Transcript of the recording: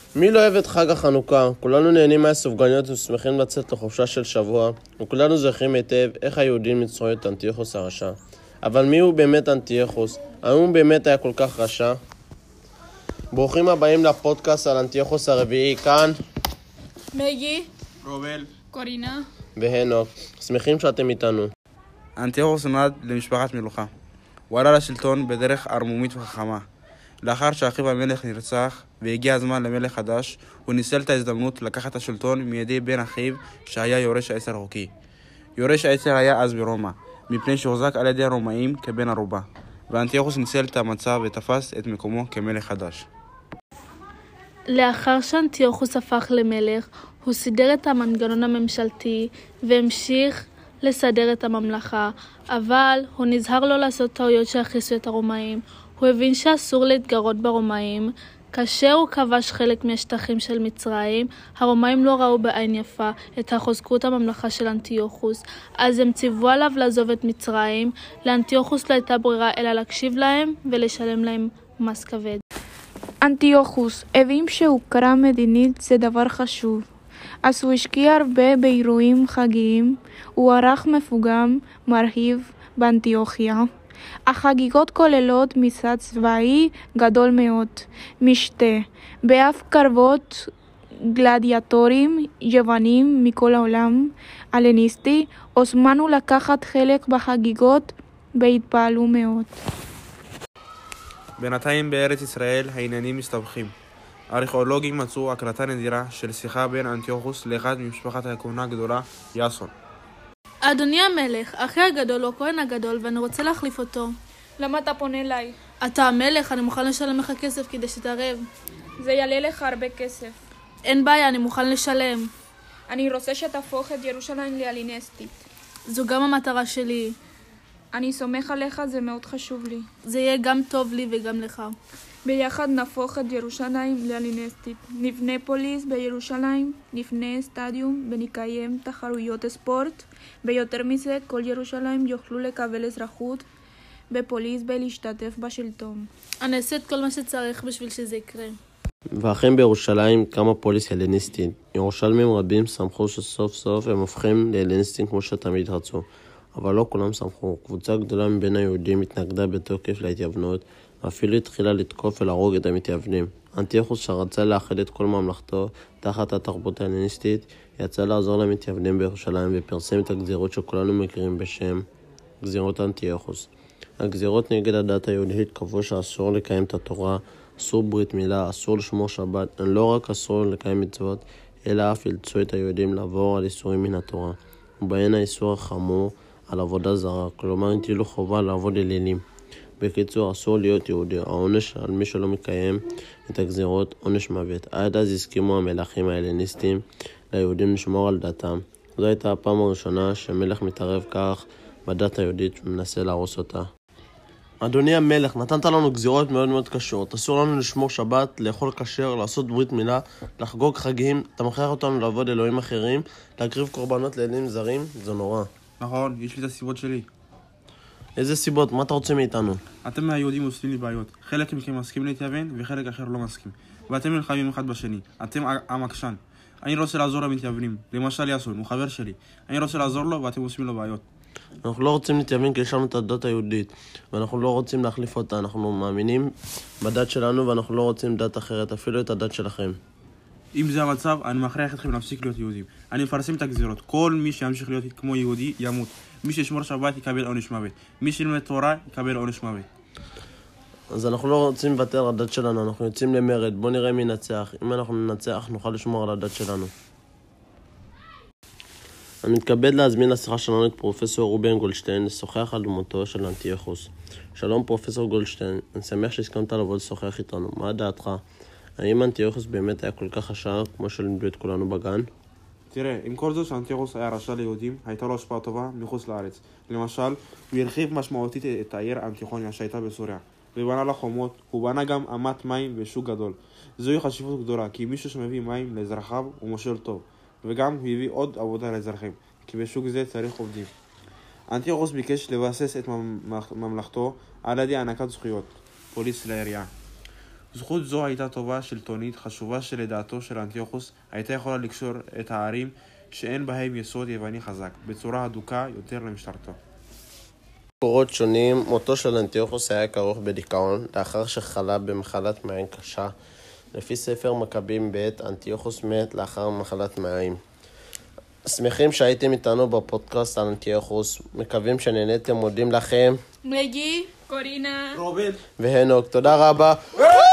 מי לא אוהב את חג החנוכה? כולנו נהנים מהסופגניות ושמחים לצאת לחופשה של שבוע, וכולנו זוכרים היטב איך היהודים ניצחו את אנטיוכוס הרשע. אבל מי הוא באמת אנטיוכוס? האם הוא באמת היה כל כך רשע? ברוכים הבאים לפודקאסט על אנטיוכוס הרביעי, כאן מגי, רובל, קורינה והנוק. שמחים שאתם איתנו. אנטיוכוס נולד למשפחת מלוכה. הוא עלה לשלטון בדרך ערמומית וחכמה. לאחר שאחיו המלך נרצח והגיע הזמן למלך חדש, הוא ניצל את ההזדמנות לקחת את השלטון מידי בן אחיו שהיה יורש העצר החוקי. יורש העצר היה אז ברומא, מפני שהוחזק על ידי הרומאים כבן ערובה, ואנטיוכוס ניצל את המצב ותפס את מקומו כמלך חדש. לאחר שאנטיוכוס הפך למלך, הוא סידר את המנגנון הממשלתי והמשיך לסדר את הממלכה, אבל הוא נזהר לא לעשות טעויות שהכעיסו את הרומאים. הוא הבין שאסור להתגרות ברומאים. כאשר הוא כבש חלק מהשטחים של מצרים, הרומאים לא ראו בעין יפה את החוזקות הממלכה של אנטיוכוס, אז הם ציוו עליו לעזוב את מצרים. לאנטיוכוס לא הייתה ברירה אלא להקשיב להם ולשלם להם מס כבד. אנטיוכוס הבין שהוקרה מדינית זה דבר חשוב, אז הוא השקיע הרבה באירועים חגיים. הוא ערך מפוגם מרהיב באנטיוכיה. החגיגות כוללות מצעד צבאי גדול מאוד, משתה, באף קרבות גלדיאטורים יוונים מכל העולם הלניסטי הוזמנו לקחת חלק בחגיגות והתפעלו מאוד. בינתיים בארץ ישראל העניינים מסתבכים. הארכיאולוגים מצאו הקלטה נדירה של שיחה בין אנטיוכוס לאחד ממשפחת הכהונה הגדולה, יאסון. אדוני המלך, אחי הגדול הוא הכהן הגדול ואני רוצה להחליף אותו. למה אתה פונה אליי? אתה המלך, אני מוכן לשלם לך כסף כדי שתערב. זה יעלה לך הרבה כסף. אין בעיה, אני מוכן לשלם. אני רוצה שתהפוך את ירושלים להליניסטית. זו גם המטרה שלי. אני סומך עליך, זה מאוד חשוב לי. זה יהיה גם טוב לי וגם לך. ביחד נהפוך את ירושלים להליניסטית. נבנה פוליס בירושלים, נבנה סטדיום ונקיים תחרויות ספורט. ביותר מזה, כל ירושלים יוכלו לקבל אזרחות בפוליס ולהשתתף בשלטון. אני אעשה את כל מה שצריך בשביל שזה יקרה. ואכן בירושלים קמה פוליס הלניסטית. ירושלמים רבים שמחו שסוף סוף הם הופכים להלניסטים כמו שתמיד רצו. אבל לא כולם שמחו. קבוצה גדולה מבין היהודים התנגדה בתוקף להתייוונות, ואפילו התחילה לתקוף ולהרוג את המתייוונים. אנטיוכוס שרצה לאחד את כל ממלכתו תחת התרבות ההלניסטית, יצא לעזור למתייוונים בירושלים ופרסם את הגזירות שכולנו מכירים בשם גזירות אנטיוכוס. הגזירות נגד הדת היהודית קבעו שאסור לקיים את התורה, אסור ברית מילה, אסור לשמור שבת. הן לא רק אסור לקיים מצוות, אלא אף אילצו את היהודים לעבור על איסורים מן התורה, ובהן האיסור החמור על עבודה זרה, כלומר הטילו חובה לעבוד אלילים. בקיצור, אסור להיות יהודי. העונש על מי שלא מקיים את הגזירות, עונש מוות. עד אז הסכימו המלכים ההלניסטים ליהודים לשמור על דתם. זו הייתה הפעם הראשונה שמלך מתערב כך בדת היהודית ומנסה להרוס אותה. אדוני המלך, נתנת לנו גזירות מאוד מאוד קשות. אסור לנו לשמור שבת, לאכול כשר, לעשות ברית מילה, לחגוג חגים. אתה מכריח אותנו לעבוד אלוהים אחרים, להקריב קורבנות לאלים זרים. זה נורא. נכון, יש לי את הסיבות שלי. איזה סיבות? מה אתה רוצה מאיתנו? אתם מהיהודים עושים לי בעיות. חלק מכם מסכים להתייוון וחלק אחר לא מסכים. ואתם נלחמים אחד בשני. אתם עם עקשן. אני רוצה לעזור למתייוונים. למשל יאסון, הוא חבר שלי. אני רוצה לעזור לו ואתם עושים לו בעיות. אנחנו לא רוצים להתייוון כי יש לנו את הדת היהודית, ואנחנו לא רוצים להחליף אותה. אנחנו מאמינים בדת שלנו ואנחנו לא רוצים דת אחרת, אפילו את הדת שלכם. אם זה המצב, אני מכריח אתכם להפסיק להיות יהודים. אני מפרסם את הגזירות. כל מי שימשיך להיות כמו יהודי ימות. מי שישמור שבת יקבל עונש מוות. מי שילמד תורה יקבל עונש מוות. אז אנחנו לא רוצים לוותר על הדת שלנו, אנחנו יוצאים למרד. בוא נראה מי נצח. אם אנחנו ננצח, נוכל לשמור על הדת שלנו. אני מתכבד להזמין לשיחה שלנו את פרופסור רובין גולדשטיין לשוחח על דמותו של אנטיוכוס. שלום פרופסור גולדשטיין, אני שמח שהסכמת לבוא לשוחח איתנו. מה דעתך? האם אנטיוכוס באמת היה כל כך רשע כמו שלימדו את כולנו בגן? תראה, עם כל זאת שאנטיוכוס היה רשע ליהודים, הייתה לו השפעה טובה מחוץ לארץ. למשל, הוא הרחיב משמעותית את העיר אנטיוכוניה שהייתה בסוריה, ובנה לה חומות. הוא בנה גם אמת מים ושוק גדול. זוהי חשיבות גדולה, כי מישהו שמביא מים לאזרחיו הוא מושל טוב, וגם הוא הביא עוד עבודה לאזרחים, כי בשוק זה צריך עובדים. אנטיוכוס ביקש לבסס את ממלכתו על ידי הענקת זכויות, פוליס לעירייה. זכות זו הייתה טובה שלטונית חשובה שלדעתו של אנטיוכוס הייתה יכולה לקשור את הערים שאין בהם יסוד יווני חזק, בצורה הדוקה יותר למשטרתו. מקורות שונים, מותו של אנטיוכוס היה כרוך בדיכאון, לאחר שחלה במחלת מעיים קשה. לפי ספר מכבים ב', אנטיוכוס מת לאחר מחלת מעיים. שמחים שהייתם איתנו בפודקאסט על אנטיוכוס, מקווים שנהנתם, מודים לכם. מגי, קורינה, רובין והנוק, תודה רבה.